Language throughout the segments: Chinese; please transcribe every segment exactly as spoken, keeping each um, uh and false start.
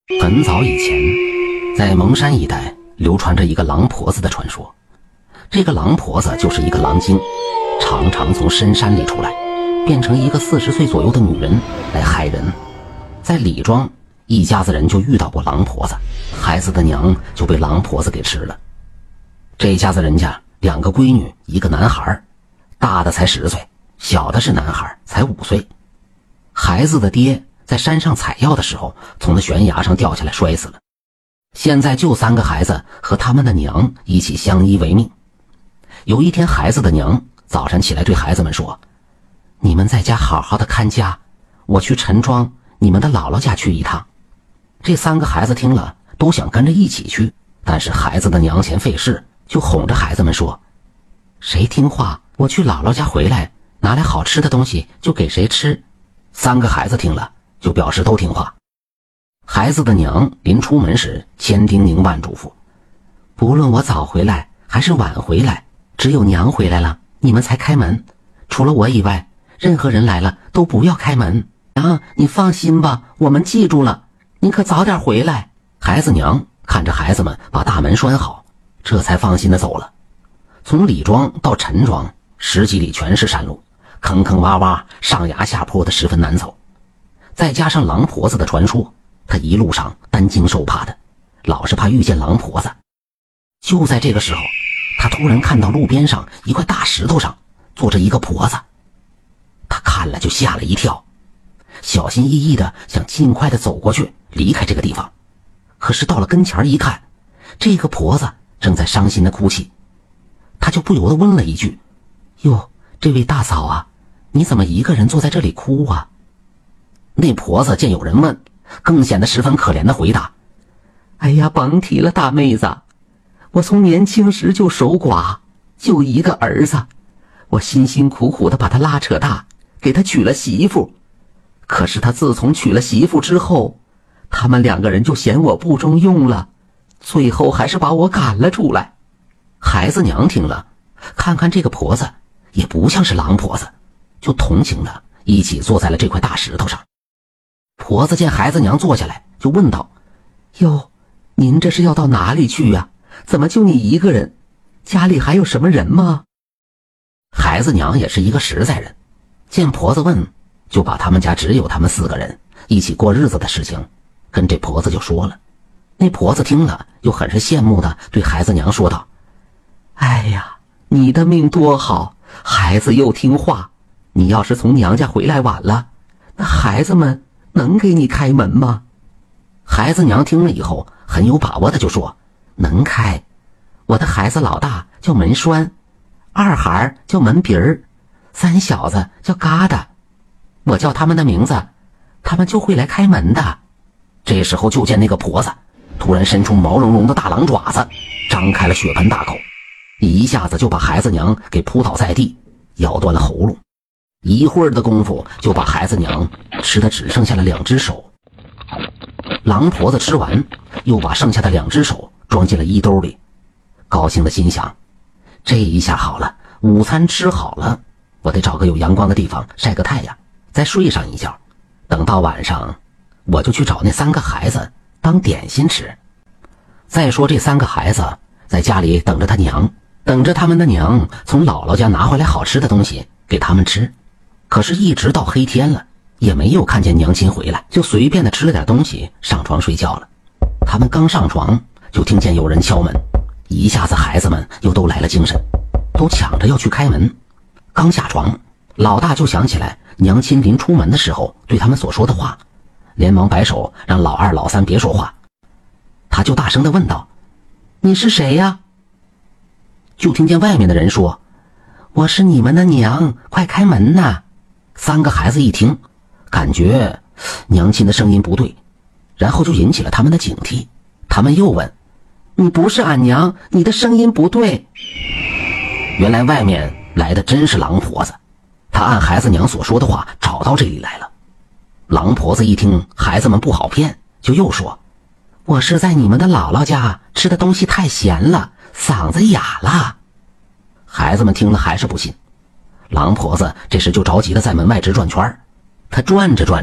很早以前，在蒙山一带流传着一个狼婆子的传说。这个狼婆子就是一个狼精，常常从深山里出来，变成一个四十岁左右的女人来害人。在李庄，一家子人就遇到过狼婆子，孩子的娘就被狼婆子给吃了。这家子人家两个闺女，一个男孩，大的才十岁，小的是男孩，才五岁。孩子的爹在山上采药的时候，从那悬崖上掉下来摔死了。现在就三个孩子和他们的娘一起相依为命。有一天，孩子的娘早晨起来对孩子们说：“你们在家好好的看家，我去陈庄你们的姥姥家去一趟。”这三个孩子听了都想跟着一起去，但是孩子的娘嫌费事，就哄着孩子们说：“谁听话，我去姥姥家回来拿来好吃的东西就给谁吃。”三个孩子听了就表示都听话。孩子的娘临出门时千叮咛万嘱咐：“不论我早回来还是晚回来，只有娘回来了你们才开门，除了我以外，任何人来了都不要开门。娘，你放心吧，我们记住了，你可早点回来。”孩子娘看着孩子们把大门拴好，这才放心的走了。从李庄到陈庄十几里全是山路，坑坑洼洼，上崖下坡的十分难走。再加上狼婆子的传说，他一路上担惊受怕的，老是怕遇见狼婆子。就在这个时候，他突然看到路边上一块大石头上坐着一个婆子，他看了就吓了一跳，小心翼翼的想尽快的走过去离开这个地方。可是到了跟前一看，这个婆子正在伤心的哭泣，他就不由得问了一句：“哟，这位大嫂啊，你怎么一个人坐在这里哭啊？”那婆子见有人问，更显得十分可怜的回答：“哎呀，甭提了，大妹子，我从年轻时就守寡，就一个儿子，我辛辛苦苦的把他拉扯大，给他娶了媳妇。可是他自从娶了媳妇之后，他们两个人就嫌我不中用了，最后还是把我赶了出来。”孩子娘听了，看看这个婆子也不像是狼婆子，就同情的一起坐在了这块大石头上。婆子见孩子娘坐下来，就问道：“哟，您这是要到哪里去呀？怎么就你一个人？家里还有什么人吗？”孩子娘也是一个实在人，见婆子问，就把他们家只有他们四个人一起过日子的事情跟这婆子就说了。那婆子听了又很是羡慕的对孩子娘说道：“哎呀，你的命多好，孩子又听话，你要是从娘家回来晚了，那孩子们能给你开门吗？”孩子娘听了以后很有把握的就说：“能开，我的孩子老大叫门栓，二孩叫门鼻儿，三小子叫疙瘩，我叫他们的名字，他们就会来开门的。”这时候就见那个婆子突然伸出毛茸茸的大狼爪子，张开了血盆大口，一下子就把孩子娘给扑倒在地，咬断了喉咙。一会儿的功夫就把孩子娘吃的只剩下了两只手。狼婆子吃完，又把剩下的两只手装进了衣兜里，高兴的心想：这一下好了，午餐吃好了，我得找个有阳光的地方晒个太阳，再睡上一觉，等到晚上我就去找那三个孩子当点心吃。再说这三个孩子在家里等着他娘，等着他们的娘从姥姥家拿回来好吃的东西给他们吃。可是一直到黑天了，也没有看见娘亲回来，就随便的吃了点东西上床睡觉了。他们刚上床就听见有人敲门，一下子孩子们又都来了精神，都抢着要去开门。刚下床，老大就想起来娘亲临出门的时候对他们所说的话，连忙摆手让老二老三别说话。他就大声地问道：“你是谁呀？”就听见外面的人说：“我是你们的娘，快开门呐！”三个孩子一听，感觉娘亲的声音不对，然后就引起了他们的警惕。他们又问：“你不是俺娘，你的声音不对。”原来外面来的真是狼婆子，她按孩子娘所说的话找到这里来了。狼婆子一听孩子们不好骗，就又说：“我是在你们的姥姥家吃的东西太咸了，嗓子哑了。”孩子们听了还是不信，狼婆子这时就着急的在门外直转圈。她转着转着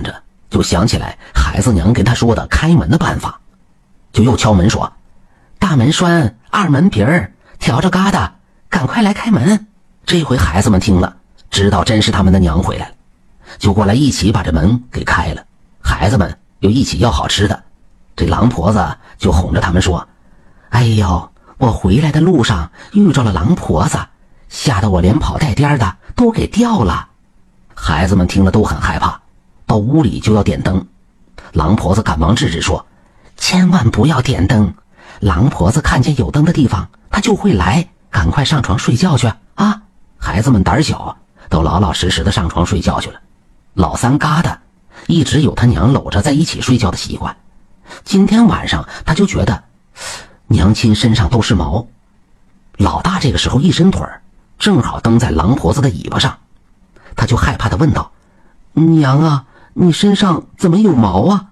就想起来孩子娘跟他说的开门的办法，就又敲门说：“大门栓，二门鼻儿，挑着疙瘩，赶快来开门。”这回孩子们听了，知道真是他们的娘回来了，就过来一起把这门给开了。孩子们又一起要好吃的，这狼婆子就哄着他们说：“哎呦，我回来的路上遇着了狼婆子，吓得我连跑带颠的都给掉了。”孩子们听了都很害怕，到屋里就要点灯。狼婆子赶忙制止说：“千万不要点灯，狼婆子看见有灯的地方她就会来，赶快上床睡觉去啊！”孩子们胆小，都老老实实的上床睡觉去了。老三疙瘩一直有他娘搂着在一起睡觉的习惯，今天晚上他就觉得娘亲身上都是毛。老大这个时候一伸腿正好蹬在狼婆子的尾巴上，他就害怕地问道：“娘啊，你身上怎么有毛啊？”